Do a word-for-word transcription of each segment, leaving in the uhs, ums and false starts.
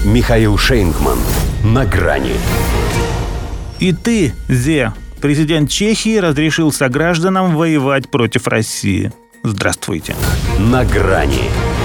Михаил Шейнгман. На грани. И ты, Зе, президент Чехии, разрешил согражданам воевать против России. Здравствуйте. На грани.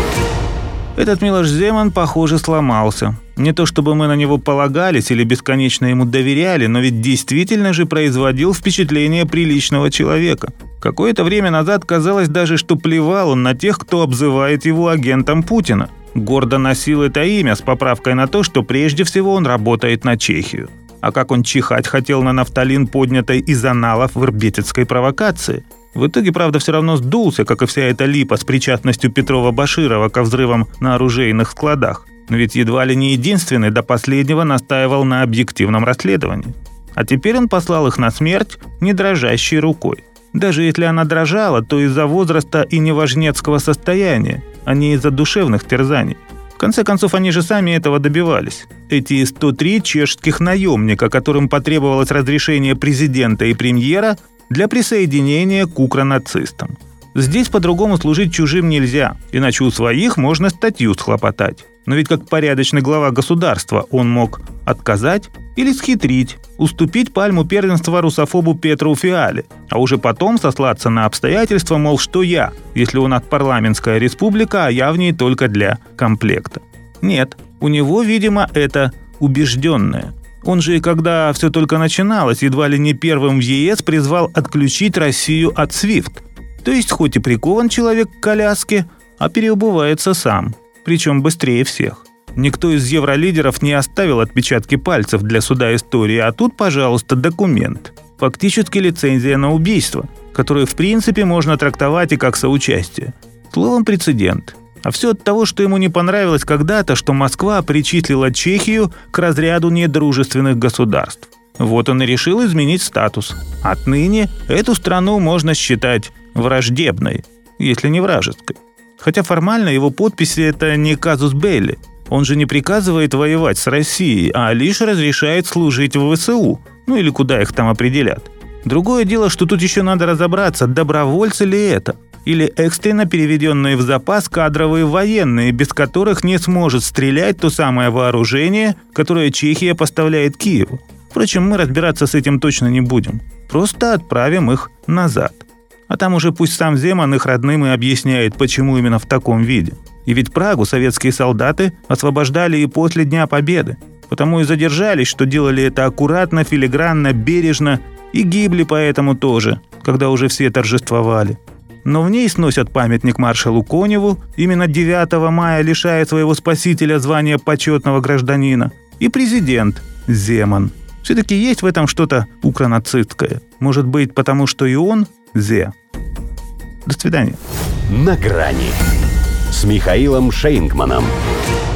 Этот Милош Земан, похоже, сломался. Не то чтобы мы на него полагались или бесконечно ему доверяли, но ведь действительно же производил впечатление приличного человека. Какое-то время назад казалось даже, что плевал он на тех, кто обзывает его агентом Путина. Гордо носил это имя с поправкой на то, что прежде всего он работает на Чехию. А как он чихать хотел на нафталин, поднятой из аналов в ирбитецкой провокации. В итоге, правда, все равно сдулся, как и вся эта липа с причастностью Петрова-Баширова ко взрывам на оружейных складах. Но ведь едва ли не единственный до последнего настаивал на объективном расследовании. А теперь он послал их на смерть не дрожащей рукой. Даже если она дрожала, то из-за возраста и неважнецкого состояния, а не из-за душевных терзаний. В конце концов, они же сами этого добивались. Эти сто три чешских наемника, которым потребовалось разрешение президента и премьера для присоединения к укронацистам. Здесь по-другому служить чужим нельзя, иначе у своих можно статью схлопотать. Но ведь как порядочный глава государства он мог отказать или схитрить, уступить пальму первенства русофобу Петру Фиале, а уже потом сослаться на обстоятельства, мол, что я, если у нас парламентская республика, а я в ней только для комплекта. Нет, у него, видимо, это убежденное. Он же, когда все только начиналось, едва ли не первым в ЕС призвал отключить Россию от свифт. То есть хоть и прикован человек к коляске, а переобувается сам, причем быстрее всех. Никто из евролидеров не оставил отпечатки пальцев для суда истории, а тут, пожалуйста, документ. Фактически лицензия на убийство, которую в принципе можно трактовать и как соучастие. Словом, прецедент. А все от того, что ему не понравилось когда-то, что Москва причислила Чехию к разряду недружественных государств. Вот он и решил изменить статус. Отныне эту страну можно считать враждебной, если не вражеской. Хотя формально его подписи – это не казус белли. Он же не приказывает воевать с Россией, а лишь разрешает служить в ВСУ, ну или куда их там определят. Другое дело, что тут еще надо разобраться, добровольцы ли это, или экстренно переведенные в запас кадровые военные, без которых не сможет стрелять то самое вооружение, которое Чехия поставляет Киеву. Впрочем, мы разбираться с этим точно не будем. Просто отправим их назад. А там уже пусть сам Земан их родным и объясняет, почему именно в таком виде. И ведь Прагу советские солдаты освобождали и после Дня Победы. Потому и задержались, что делали это аккуратно, филигранно, бережно, и гибли поэтому тоже, когда уже все торжествовали. Но в ней сносят памятник маршалу Коневу, именно девятого мая лишая своего спасителя звания почетного гражданина, и президент Земан. Все-таки есть в этом что-то укронацистское. Может быть, потому что и он Зе. До свидания. На грани с Михаилом Шейнгманом.